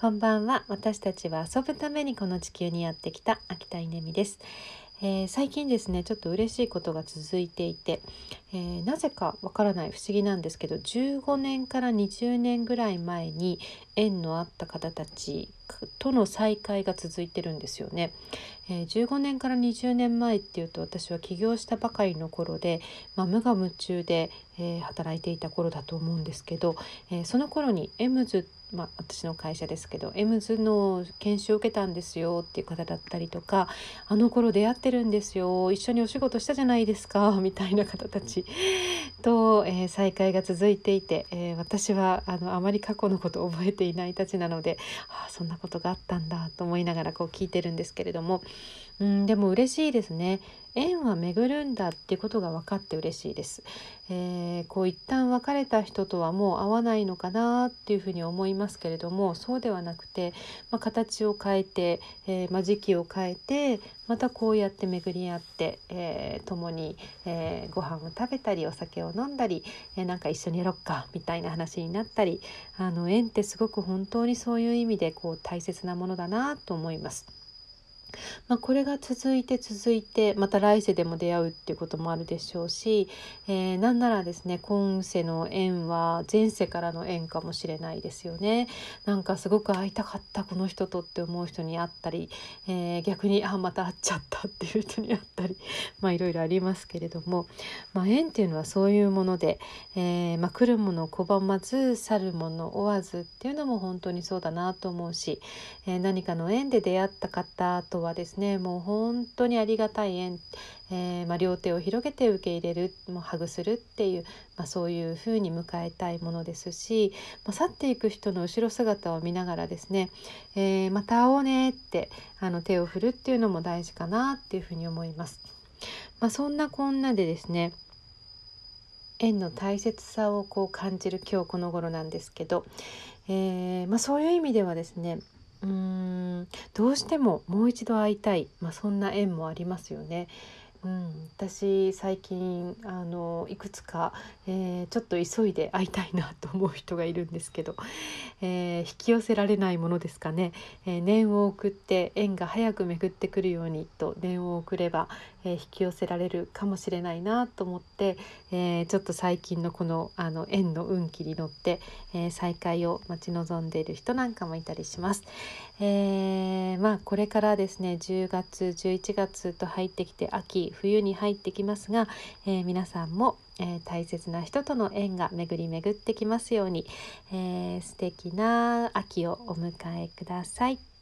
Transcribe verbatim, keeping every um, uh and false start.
こんばんは。私たちは遊ぶためにこの地球にやってきた秋田稲美です。えー、最近ですねちょっと嬉しいことが続いていて、えー、なぜかわからない不思議なんですけど、じゅうごねんからにじゅうねんぐらい前に縁のあった方たちとの再会が続いてるんですよね。えー、じゅうごねんからにじゅうねんまえっていうと、私は起業したばかりの頃で、まあ、無我夢中で、えー働いていた頃だと思うんですけど、えーその頃にエムズ、まあ、私の会社ですけどエムズの研修を受けたんですよっていう方だったりとか、あの頃出会ってるんですよ、一緒にお仕事したじゃないですかみたいな方たちと、えー再会が続いていて、えー私はあのあまり過去のことを覚えていないたちなので、ああそんなことがあったんだと思いながらこう聞いてるんですけれども、うん、でも嬉しいですね。縁は巡るんだっていうことが分かって嬉しいです。えーこう一旦別れた人とはもう会わないのかなっていうふうに思いますけれども、そうではなくて、まあ、形を変えて、えーまあ、時期を変えてまたこうやって巡り合って、えー共に、えーご飯を食べたりお酒を飲んだり、えーなんか一緒にやろっかみたいな話になったり、あの縁ってすごく本当にそういう意味でこう大切なものだなと思います。まあ、これが続いて続いてまた来世でも出会うっていうこともあるでしょうし、えー、なんならですね今世の縁は前世からの縁かもしれないですよね。なんかすごく会いたかったこの人とって思う人に会ったり、えー、逆にあまた会っちゃったっていう人に会ったり、まあいろいろありますけれども、まあ、縁っていうのはそういうもので、えーまあ、来るもの拒まず去るもの追わずっていうのも本当にそうだなと思うし、えー何かの縁で出会った方とはですねもう本当にありがたい縁、えーまあ、両手を広げて受け入れる、もうハグするっていう、まあ、そういうふうに迎えたいものですし、まあ、去っていく人の後ろ姿を見ながらですね、えーまた会おうねってあの手を振るっていうのも大事かなっていうふうに思います。まあ、そんなこんなでですね縁の大切さをこう感じる今日この頃なんですけど、えーまあ、そういう意味ではですねうーんどうしてももう一度会いたい、まあ、そんな縁もありますよね。うん、私最近あのいくつか、えーちょっと急いで会いたいなと思う人がいるんですけど、えー引き寄せられないものですかね。えー念を送って縁が早く巡ってくるようにと念を送れば、えー引き寄せられるかもしれないなと思って、えーちょっと最近のこの、あの縁の運気に乗って、えー再会を待ち望んでいる人なんかもいたりします。えーまあ、これからですねじゅうがつじゅういちがつと入ってきて秋冬に入ってきますが、えー皆さんも、えー大切な人との縁が巡り巡ってきますように、えー素敵な秋をお迎えください。